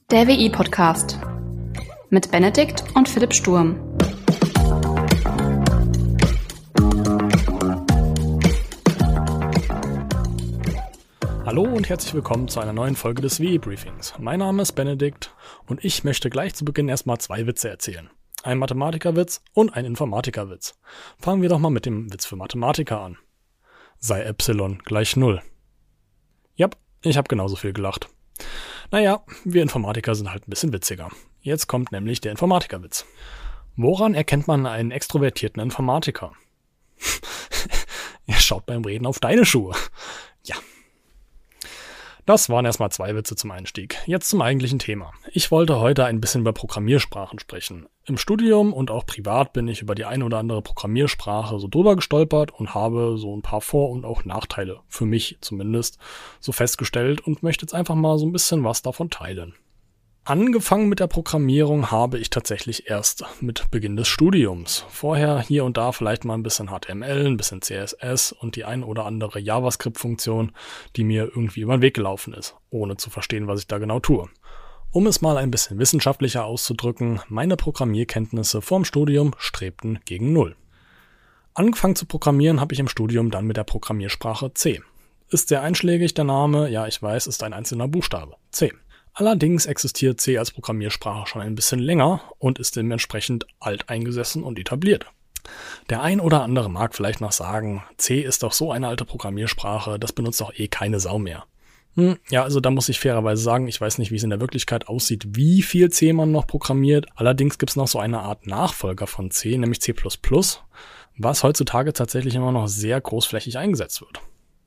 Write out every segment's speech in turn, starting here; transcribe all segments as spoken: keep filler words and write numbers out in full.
Der W I-Podcast mit Benedikt und Philipp Sturm. Hallo und herzlich willkommen zu einer neuen Folge des W I-Briefings. Mein Name ist Benedikt und ich möchte gleich zu Beginn erstmal zwei Witze erzählen. Ein Mathematikerwitz und ein Informatikerwitz. Fangen wir doch mal mit dem Witz für Mathematiker an. Sei Epsilon gleich null. Ja, ich habe genauso viel gelacht. Naja, wir Informatiker sind halt ein bisschen witziger. Jetzt kommt nämlich der Informatikerwitz. Woran erkennt man einen extrovertierten Informatiker? Er schaut beim Reden auf deine Schuhe. Ja. Das waren erstmal zwei Witze zum Einstieg. Jetzt zum eigentlichen Thema. Ich wollte heute ein bisschen über Programmiersprachen sprechen. Im Studium und auch privat bin ich über die eine oder andere Programmiersprache so drüber gestolpert und habe so ein paar Vor- und auch Nachteile, für mich zumindest, so festgestellt und möchte jetzt einfach mal so ein bisschen was davon teilen. Angefangen mit der Programmierung habe ich tatsächlich erst mit Beginn des Studiums. Vorher hier und da vielleicht mal ein bisschen H T M L, ein bisschen C S S und die ein oder andere JavaScript-Funktion, die mir irgendwie über den Weg gelaufen ist, ohne zu verstehen, was ich da genau tue. Um es mal ein bisschen wissenschaftlicher auszudrücken, meine Programmierkenntnisse vorm Studium strebten gegen Null. Angefangen zu programmieren habe ich im Studium dann mit der Programmiersprache C. Ist sehr einschlägig der Name, ja ich weiß, ist ein einzelner Buchstabe, C. Allerdings existiert C als Programmiersprache schon ein bisschen länger und ist dementsprechend alteingesessen und etabliert. Der ein oder andere mag vielleicht noch sagen, C ist doch so eine alte Programmiersprache, das benutzt doch eh keine Sau mehr. Hm, ja, also da muss ich fairerweise sagen, ich weiß nicht, wie es in der Wirklichkeit aussieht, wie viel C man noch programmiert. Allerdings gibt es noch so eine Art Nachfolger von C, nämlich C plus plus, was heutzutage tatsächlich immer noch sehr großflächig eingesetzt wird.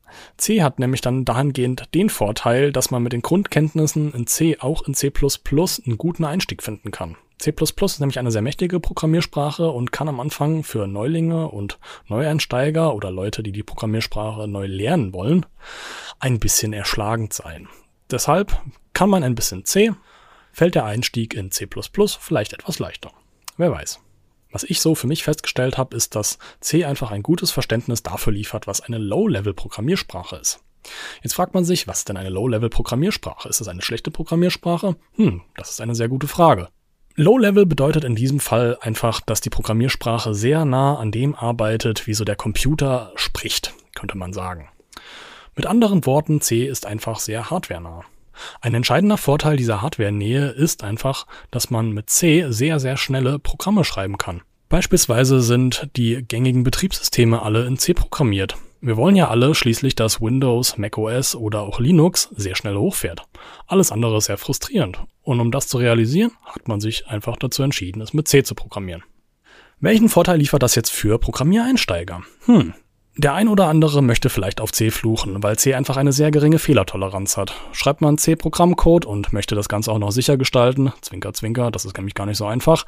C hat nämlich dann dahingehend den Vorteil, dass man mit den Grundkenntnissen in C auch in C plus plus einen guten Einstieg finden kann. C plus plus ist nämlich eine sehr mächtige Programmiersprache und kann am Anfang für Neulinge und Neueinsteiger oder Leute, die die Programmiersprache neu lernen wollen, ein bisschen erschlagend sein. Deshalb kann man ein bisschen C, fällt der Einstieg in C plus plus vielleicht etwas leichter. Wer weiß. Was ich so für mich festgestellt habe, ist, dass C einfach ein gutes Verständnis dafür liefert, was eine Low-Level-Programmiersprache ist. Jetzt fragt man sich, was ist denn eine Low-Level-Programmiersprache? Ist es eine schlechte Programmiersprache? Hm, das ist eine sehr gute Frage. Low-Level bedeutet in diesem Fall einfach, dass die Programmiersprache sehr nah an dem arbeitet, wie so der Computer spricht, könnte man sagen. Mit anderen Worten, C ist einfach sehr hardwarenah. Ein entscheidender Vorteil dieser Hardware-Nähe ist einfach, dass man mit C sehr, sehr schnelle Programme schreiben kann. Beispielsweise sind die gängigen Betriebssysteme alle in C programmiert. Wir wollen ja alle schließlich, dass Windows, macOS oder auch Linux sehr schnell hochfährt. Alles andere ist sehr frustrierend. Und um das zu realisieren, hat man sich einfach dazu entschieden, es mit C zu programmieren. Welchen Vorteil liefert das jetzt für Programmiereinsteiger? Hm. Der ein oder andere möchte vielleicht auf C fluchen, weil C einfach eine sehr geringe Fehlertoleranz hat. Schreibt man C-Programmcode und möchte das Ganze auch noch sicher gestalten, Zwinker, Zwinker, das ist nämlich gar nicht so einfach,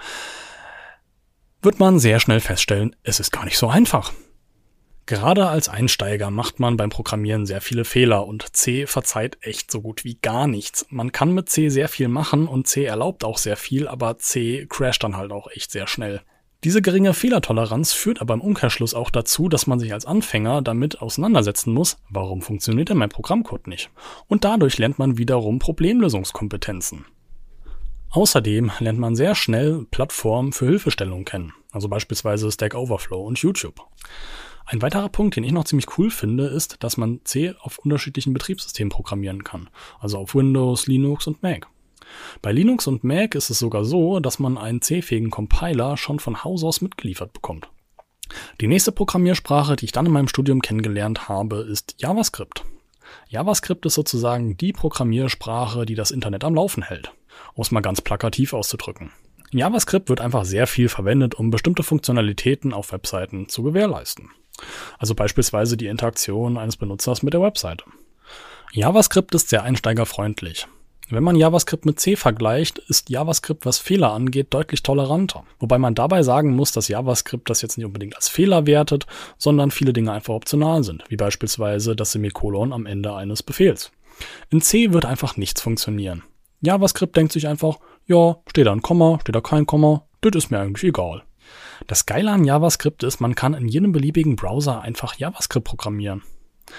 wird man sehr schnell feststellen, es ist gar nicht so einfach. Gerade als Einsteiger macht man beim Programmieren sehr viele Fehler und C verzeiht echt so gut wie gar nichts. Man kann mit C sehr viel machen und C erlaubt auch sehr viel, aber C crasht dann halt auch echt sehr schnell. Diese geringe Fehlertoleranz führt aber im Umkehrschluss auch dazu, dass man sich als Anfänger damit auseinandersetzen muss, warum funktioniert denn mein Programmcode nicht? Und dadurch lernt man wiederum Problemlösungskompetenzen. Außerdem lernt man sehr schnell Plattformen für Hilfestellung kennen, also beispielsweise Stack Overflow und YouTube. Ein weiterer Punkt, den ich noch ziemlich cool finde, ist, dass man C auf unterschiedlichen Betriebssystemen programmieren kann, also auf Windows, Linux und Mac. Bei Linux und Mac ist es sogar so, dass man einen C-fähigen Compiler schon von Haus aus mitgeliefert bekommt. Die nächste Programmiersprache, die ich dann in meinem Studium kennengelernt habe, ist JavaScript. JavaScript ist sozusagen die Programmiersprache, die das Internet am Laufen hält, um es mal ganz plakativ auszudrücken. In JavaScript wird einfach sehr viel verwendet, um bestimmte Funktionalitäten auf Webseiten zu gewährleisten. Also beispielsweise die Interaktion eines Benutzers mit der Webseite. JavaScript ist sehr einsteigerfreundlich. Wenn man JavaScript mit C vergleicht, ist JavaScript, was Fehler angeht, deutlich toleranter. Wobei man dabei sagen muss, dass JavaScript das jetzt nicht unbedingt als Fehler wertet, sondern viele Dinge einfach optional sind, wie beispielsweise das Semikolon am Ende eines Befehls. In C wird einfach nichts funktionieren. JavaScript denkt sich einfach, ja, steht da ein Komma, steht da kein Komma, das ist mir eigentlich egal. Das Geile an JavaScript ist, man kann in jedem beliebigen Browser einfach JavaScript programmieren.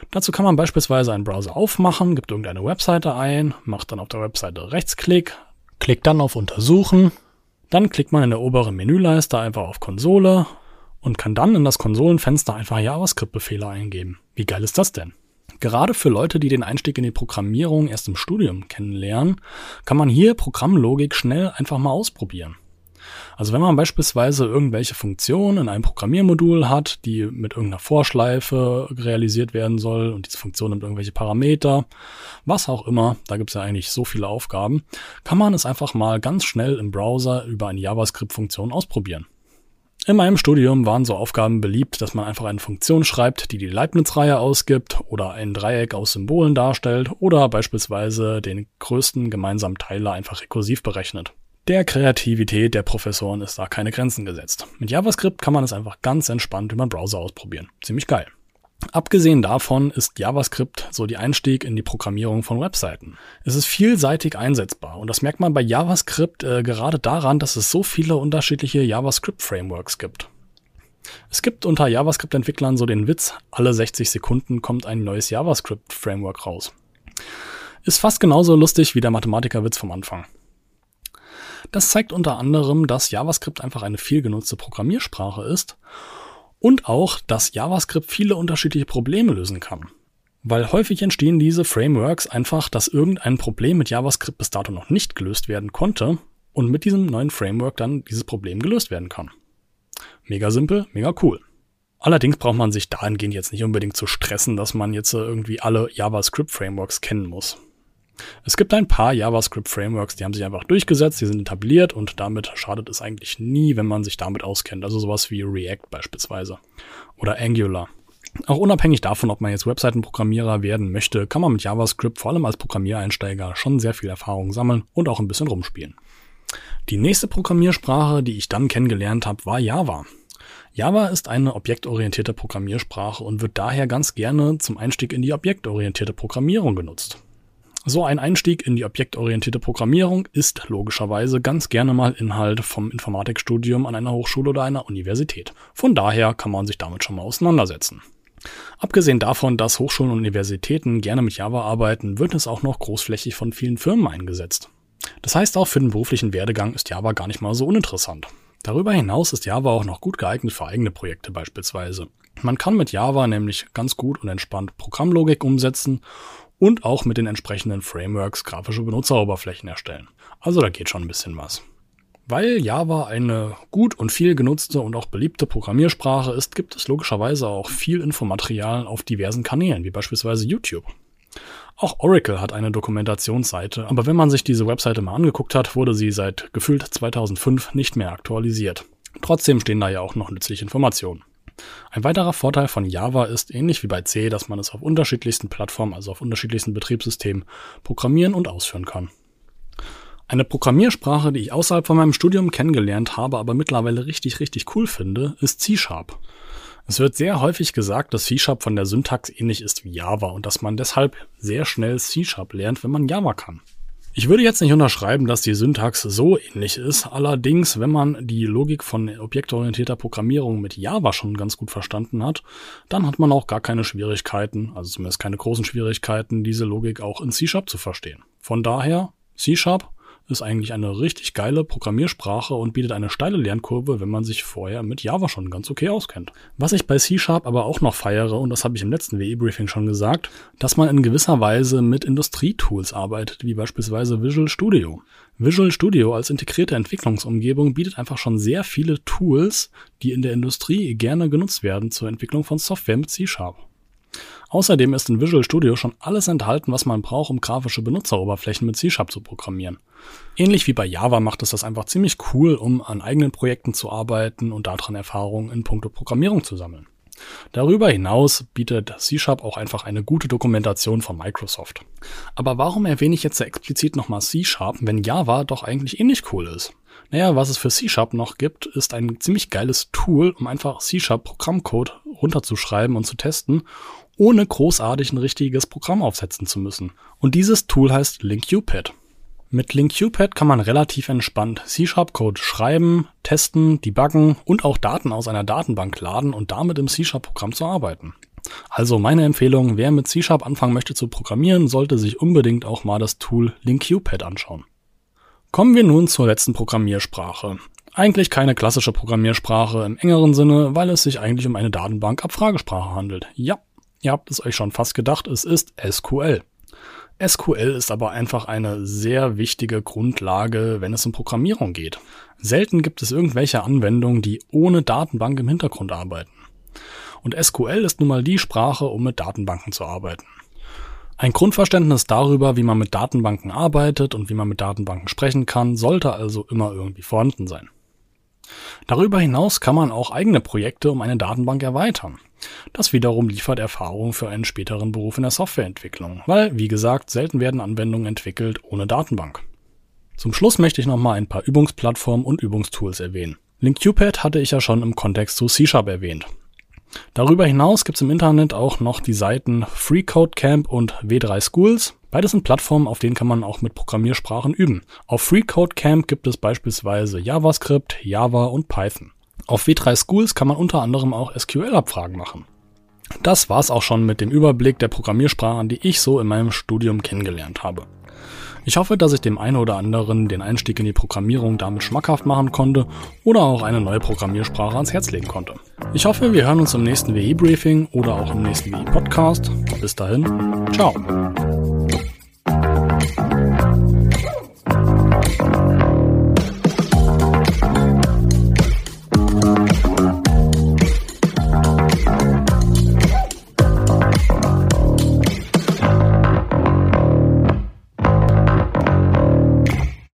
Dazu kann man beispielsweise einen Browser aufmachen, gibt irgendeine Webseite ein, macht dann auf der Webseite Rechtsklick, klickt dann auf Untersuchen, dann klickt man in der oberen Menüleiste einfach auf Konsole und kann dann in das Konsolenfenster einfach JavaScript-Befehle eingeben. Wie geil ist das denn? Gerade für Leute, die den Einstieg in die Programmierung erst im Studium kennenlernen, kann man hier Programmlogik schnell einfach mal ausprobieren. Also wenn man beispielsweise irgendwelche Funktionen in einem Programmiermodul hat, die mit irgendeiner Vorschleife realisiert werden soll und diese Funktion nimmt irgendwelche Parameter, was auch immer, da gibt es ja eigentlich so viele Aufgaben, kann man es einfach mal ganz schnell im Browser über eine JavaScript-Funktion ausprobieren. In meinem Studium waren so Aufgaben beliebt, dass man einfach eine Funktion schreibt, die die Leibniz-Reihe ausgibt oder ein Dreieck aus Symbolen darstellt oder beispielsweise den größten gemeinsamen Teiler einfach rekursiv berechnet. Der Kreativität der Professoren ist da keine Grenzen gesetzt. Mit JavaScript kann man es einfach ganz entspannt über den Browser ausprobieren. Ziemlich geil. Abgesehen davon ist JavaScript so die Einstieg in die Programmierung von Webseiten. Es ist vielseitig einsetzbar und das merkt man bei JavaScript äh, gerade daran, dass es so viele unterschiedliche JavaScript-Frameworks gibt. Es gibt unter JavaScript-Entwicklern so den Witz, alle sechzig Sekunden kommt ein neues JavaScript-Framework raus. Ist fast genauso lustig wie der Mathematikerwitz vom Anfang. Das zeigt unter anderem, dass JavaScript einfach eine viel genutzte Programmiersprache ist und auch, dass JavaScript viele unterschiedliche Probleme lösen kann. Weil häufig entstehen diese Frameworks einfach, dass irgendein Problem mit JavaScript bis dato noch nicht gelöst werden konnte und mit diesem neuen Framework dann dieses Problem gelöst werden kann. Mega simpel, mega cool. Allerdings braucht man sich dahingehend jetzt nicht unbedingt zu stressen, dass man jetzt irgendwie alle JavaScript-Frameworks kennen muss. Es gibt ein paar JavaScript-Frameworks, die haben sich einfach durchgesetzt, die sind etabliert und damit schadet es eigentlich nie, wenn man sich damit auskennt. Also sowas wie React beispielsweise oder Angular. Auch unabhängig davon, ob man jetzt Webseitenprogrammierer werden möchte, kann man mit JavaScript vor allem als Programmiereinsteiger schon sehr viel Erfahrung sammeln und auch ein bisschen rumspielen. Die nächste Programmiersprache, die ich dann kennengelernt habe, war Java. Java ist eine objektorientierte Programmiersprache und wird daher ganz gerne zum Einstieg in die objektorientierte Programmierung genutzt. So ein Einstieg in die objektorientierte Programmierung ist logischerweise ganz gerne mal Inhalt vom Informatikstudium an einer Hochschule oder einer Universität. Von daher kann man sich damit schon mal auseinandersetzen. Abgesehen davon, dass Hochschulen und Universitäten gerne mit Java arbeiten, wird es auch noch großflächig von vielen Firmen eingesetzt. Das heißt, auch für den beruflichen Werdegang ist Java gar nicht mal so uninteressant. Darüber hinaus ist Java auch noch gut geeignet für eigene Projekte beispielsweise. Man kann mit Java nämlich ganz gut und entspannt Programmlogik umsetzen und auch mit den entsprechenden Frameworks grafische Benutzeroberflächen erstellen. Also da geht schon ein bisschen was. Weil Java eine gut und viel genutzte und auch beliebte Programmiersprache ist, gibt es logischerweise auch viel Infomaterial auf diversen Kanälen, wie beispielsweise YouTube. Auch Oracle hat eine Dokumentationsseite, aber wenn man sich diese Webseite mal angeguckt hat, wurde sie seit gefühlt zweitausendfünf nicht mehr aktualisiert. Trotzdem stehen da ja auch noch nützliche Informationen. Ein weiterer Vorteil von Java ist, ähnlich wie bei C, dass man es auf unterschiedlichsten Plattformen, also auf unterschiedlichsten Betriebssystemen, programmieren und ausführen kann. Eine Programmiersprache, die ich außerhalb von meinem Studium kennengelernt habe, aber mittlerweile richtig, richtig cool finde, ist C Sharp. Es wird sehr häufig gesagt, dass C Sharp von der Syntax ähnlich ist wie Java und dass man deshalb sehr schnell C Sharp lernt, wenn man Java kann. Ich würde jetzt nicht unterschreiben, dass die Syntax so ähnlich ist, allerdings, wenn man die Logik von objektorientierter Programmierung mit Java schon ganz gut verstanden hat, dann hat man auch gar keine Schwierigkeiten, also zumindest keine großen Schwierigkeiten, diese Logik auch in C Sharp zu verstehen. Von daher, C Sharp ist eigentlich eine richtig geile Programmiersprache und bietet eine steile Lernkurve, wenn man sich vorher mit Java schon ganz okay auskennt. Was ich bei C Sharp aber auch noch feiere, und das habe ich im letzten W E-Briefing schon gesagt, dass man in gewisser Weise mit Industrietools arbeitet, wie beispielsweise Visual Studio. Visual Studio als integrierte Entwicklungsumgebung bietet einfach schon sehr viele Tools, die in der Industrie gerne genutzt werden zur Entwicklung von Software mit C Sharp. Außerdem ist in Visual Studio schon alles enthalten, was man braucht, um grafische Benutzeroberflächen mit C Sharp zu programmieren. Ähnlich wie bei Java macht es das einfach ziemlich cool, um an eigenen Projekten zu arbeiten und daran Erfahrungen in puncto Programmierung zu sammeln. Darüber hinaus bietet C Sharp auch einfach eine gute Dokumentation von Microsoft. Aber warum erwähne ich jetzt explizit nochmal C Sharp, wenn Java doch eigentlich ähnlich cool ist? Naja, was es für C Sharp noch gibt, ist ein ziemlich geiles Tool, um einfach C Sharp Programmcode runterzuschreiben und zu testen, ohne großartig ein richtiges Programm aufsetzen zu müssen. Und dieses Tool heißt LinkUpad. Mit LinkUpad kann man relativ entspannt C Sharp Code schreiben, testen, debuggen und auch Daten aus einer Datenbank laden und damit im C Sharp Programm zu arbeiten. Also meine Empfehlung, wer mit C-Sharp anfangen möchte zu programmieren, sollte sich unbedingt auch mal das Tool LinkUpad anschauen. Kommen wir nun zur letzten Programmiersprache. Eigentlich keine klassische Programmiersprache im engeren Sinne, weil es sich eigentlich um eine Datenbank-Abfragesprache handelt. Ja, ihr habt es euch schon fast gedacht, es ist S Q L. S Q L ist aber einfach eine sehr wichtige Grundlage, wenn es um Programmierung geht. Selten gibt es irgendwelche Anwendungen, die ohne Datenbank im Hintergrund arbeiten. Und S Q L ist nun mal die Sprache, um mit Datenbanken zu arbeiten. Ein Grundverständnis darüber, wie man mit Datenbanken arbeitet und wie man mit Datenbanken sprechen kann, sollte also immer irgendwie vorhanden sein. Darüber hinaus kann man auch eigene Projekte um eine Datenbank erweitern. Das wiederum liefert Erfahrung für einen späteren Beruf in der Softwareentwicklung, weil, wie gesagt, selten werden Anwendungen entwickelt ohne Datenbank. Zum Schluss möchte ich nochmal ein paar Übungsplattformen und Übungstools erwähnen. LinkUpad hatte ich ja schon im Kontext zu C-Sharp erwähnt. Darüber hinaus gibt es im Internet auch noch die Seiten FreeCodeCamp und W drei Schools. Beides sind Plattformen, auf denen kann man auch mit Programmiersprachen üben. Auf FreeCodeCamp gibt es beispielsweise JavaScript, Java und Python. Auf W drei Schools kann man unter anderem auch S Q L-Abfragen machen. Das war's auch schon mit dem Überblick der Programmiersprachen, die ich so in meinem Studium kennengelernt habe. Ich hoffe, dass ich dem einen oder anderen den Einstieg in die Programmierung damit schmackhaft machen konnte oder auch eine neue Programmiersprache ans Herz legen konnte. Ich hoffe, wir hören uns im nächsten W I-Briefing oder auch im nächsten W I-Podcast. Bis dahin, ciao!